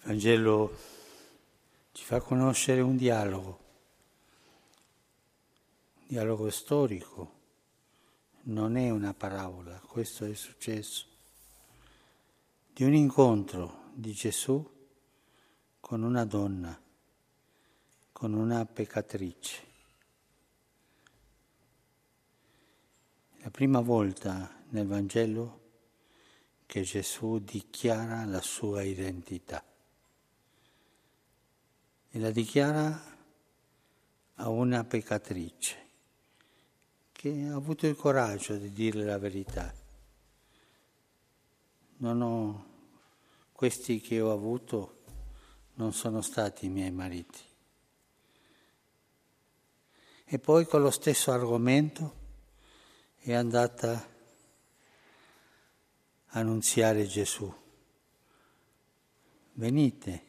Il Vangelo ci fa conoscere un dialogo storico, non è una parabola, questo è successo, di un incontro di Gesù con una donna, con una peccatrice. La prima volta nel Vangelo che Gesù dichiara la sua identità. E la dichiara a una peccatrice che ha avuto il coraggio di dirle la verità. Questi che ho avuto non sono stati i miei mariti. E poi con lo stesso argomento è andata a annunziare Gesù. Venite.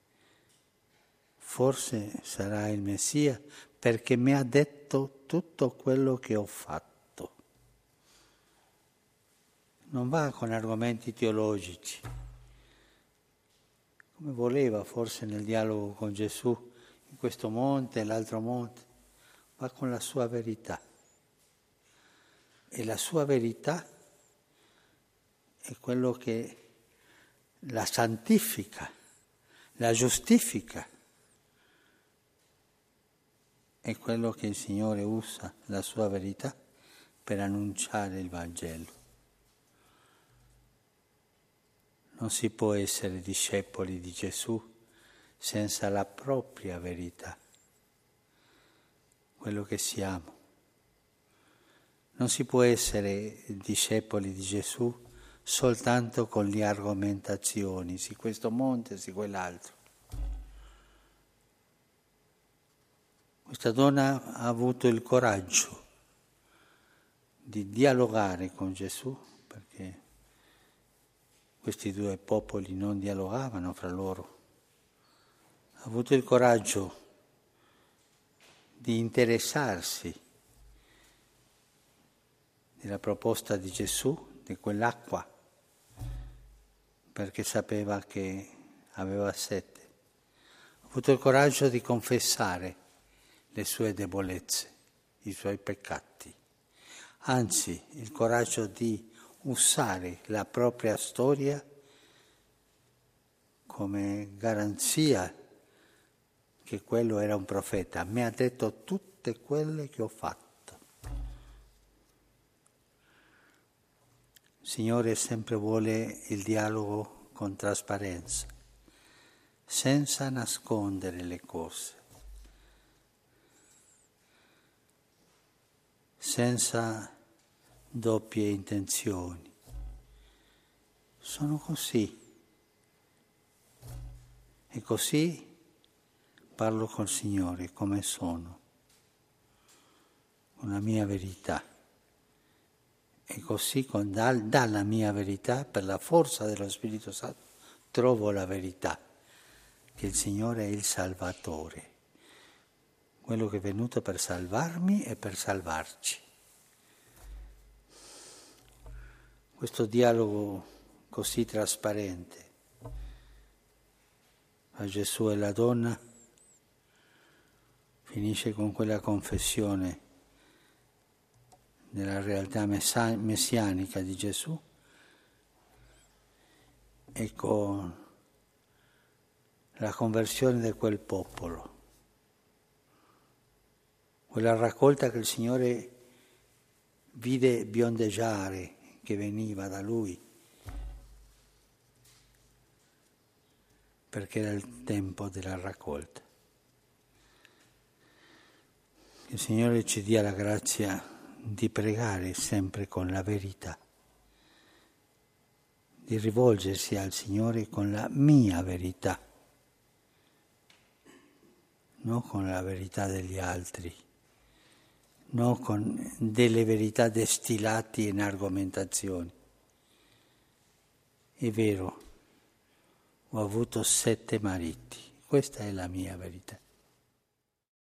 Forse sarà il Messia perché mi ha detto tutto quello che ho fatto. Non va con argomenti teologici, come voleva forse nel dialogo con Gesù, in questo monte e l'altro monte, va con la sua verità. E la sua verità è quello che la santifica, la giustifica. È quello che il Signore usa, la sua verità, per annunciare il Vangelo. Non si può essere discepoli di Gesù senza la propria verità, quello che siamo. Non si può essere discepoli di Gesù soltanto con le argomentazioni, sì questo monte, sì quell'altro. Questa donna ha avuto il coraggio di dialogare con Gesù, perché questi due popoli non dialogavano fra loro. Ha avuto il coraggio di interessarsi della proposta di Gesù, di quell'acqua, perché sapeva che aveva sete. Ha avuto il coraggio di confessare le sue debolezze, i suoi peccati, anzi il coraggio di usare la propria storia come garanzia che quello era un profeta. Mi ha detto tutte quelle che ho fatto. Il Signore sempre vuole il dialogo con trasparenza, senza nascondere le cose, senza doppie intenzioni. Sono così. E così parlo col Signore come sono, con la mia verità. E così dalla mia verità, per la forza dello Spirito Santo, trovo la verità, che il Signore è il Salvatore, quello che è venuto per salvarmi e per salvarci. Questo dialogo così trasparente tra Gesù e la donna finisce con quella confessione della realtà messianica di Gesù e con la conversione di quel popolo, quella raccolta che il Signore vide biondeggiare, che veniva da Lui, perché era il tempo della raccolta. Il Signore ci dia la grazia di pregare sempre con la verità, di rivolgersi al Signore con la mia verità, non con la verità degli altri, non con delle verità destillate in argomentazioni. È vero, ho avuto 7 mariti, questa è la mia verità.